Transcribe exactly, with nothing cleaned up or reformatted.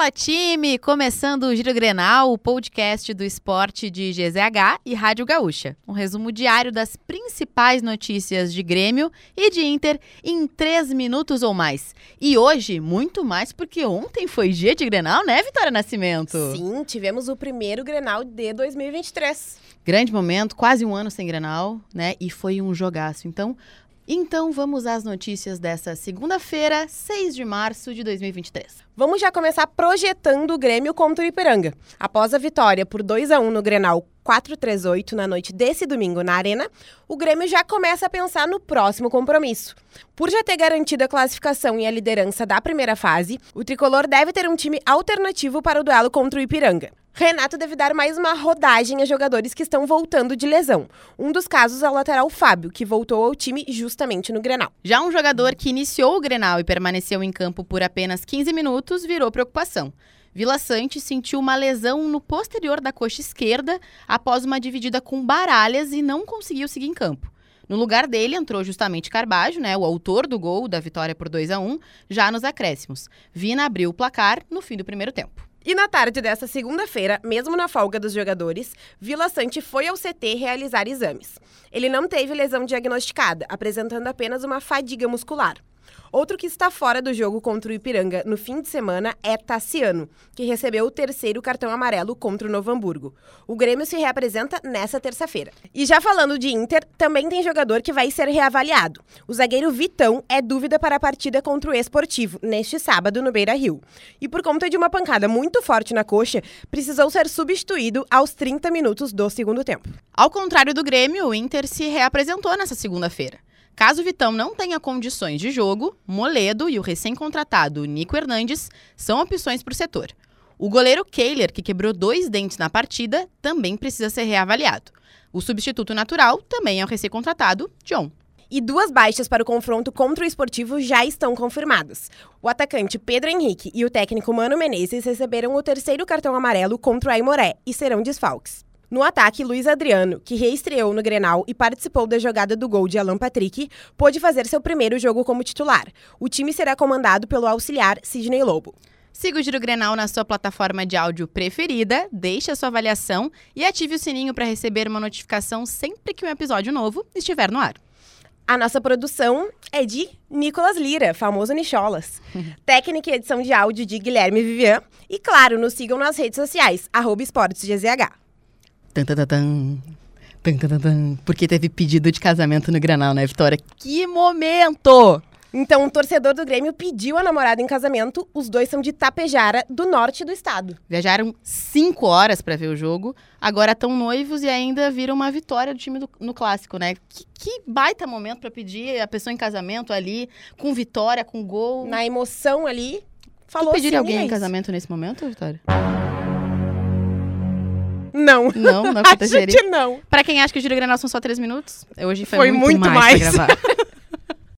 Fala, time! Começando o Giro Grenal, o podcast do esporte de G Z H e Rádio Gaúcha. Um resumo diário das principais notícias de Grêmio e de Inter em três minutos ou mais. E hoje, muito mais, porque ontem foi dia de Grenal, né, Vitória Nascimento? Sim, tivemos o primeiro Grenal de dois mil e vinte e três. Grande momento, quase um ano sem Grenal, né? E foi um jogaço. Então... Então, vamos às notícias dessa segunda-feira, seis de março de dois mil e vinte e três. Vamos já começar projetando o Grêmio contra o Ipiranga. Após a vitória por dois a um no Grenal quatro três oito na noite desse domingo na Arena, o Grêmio já começa a pensar no próximo compromisso. Por já ter garantido a classificação e a liderança da primeira fase, o tricolor deve ter um time alternativo para o duelo contra o Ipiranga. Renato deve dar mais uma rodagem a jogadores que estão voltando de lesão. Um dos casos é o lateral Fábio, que voltou ao time justamente no Grenal. Já um jogador que iniciou o Grenal e permaneceu em campo por apenas quinze minutos virou preocupação. Vila Sante sentiu uma lesão no posterior da coxa esquerda após uma dividida com Baralhas e não conseguiu seguir em campo. No lugar dele entrou justamente Carbajo, né, o autor do gol da vitória por dois a um, já nos acréscimos. Vina abriu o placar no fim do primeiro tempo. E na tarde dessa segunda-feira, mesmo na folga dos jogadores, Vila Sante foi ao C T realizar exames. Ele não teve lesão diagnosticada, apresentando apenas uma fadiga muscular. Outro que está fora do jogo contra o Ipiranga no fim de semana é Tassiano, que recebeu o terceiro cartão amarelo contra o Novo Hamburgo. O Grêmio se reapresenta nessa terça-feira. E já falando de Inter, também tem jogador que vai ser reavaliado. O zagueiro Vitão é dúvida para a partida contra o Esportivo, neste sábado no Beira-Rio. E por conta de uma pancada muito forte na coxa, precisou ser substituído aos trinta minutos do segundo tempo. Ao contrário do Grêmio, o Inter se reapresentou nessa segunda-feira. Caso o Vitão não tenha condições de jogo, Moledo e o recém-contratado Nico Hernandes são opções para o setor. O goleiro Kehler, que quebrou dois dentes na partida, também precisa ser reavaliado. O substituto natural também é o recém-contratado John. E duas baixas para o confronto contra o Esportivo já estão confirmadas. O atacante Pedro Henrique e o técnico Mano Menezes receberam o terceiro cartão amarelo contra o Aimoré e serão desfalques. No ataque, Luiz Adriano, que reestreou no Grenal e participou da jogada do gol de Alan Patrick, pôde fazer seu primeiro jogo como titular. O time será comandado pelo auxiliar Sidney Lobo. Siga o Giro Grenal na sua plataforma de áudio preferida, deixe a sua avaliação e ative o sininho para receber uma notificação sempre que um episódio novo estiver no ar. A nossa produção é de Nicolas Lira, famoso Nicholas. Técnica e edição de áudio de Guilherme Vivian. E claro, nos sigam nas redes sociais, arroba esportes G Z H. Tan, tan, tan, tan. Tan, tan, tan, tan. Porque teve pedido de casamento no Grenal, né, Vitória? Que momento! Então, o torcedor do Grêmio pediu a namorada em casamento. Os dois são de Tapejara, do norte do estado. Viajaram cinco horas para ver o jogo. Agora estão noivos e ainda viram uma vitória do time do, no Clássico, né? Que, que baita momento para pedir a pessoa em casamento ali, com vitória, com gol. Na emoção ali, falou tu pediria sim, alguém é em isso. casamento nesse momento, Vitória? Não. Não, não aconteceria. Acho que não. Pra quem acha que o Giro Grenal são só três minutos, hoje foi, foi muito, muito mais, mais. pra gravar.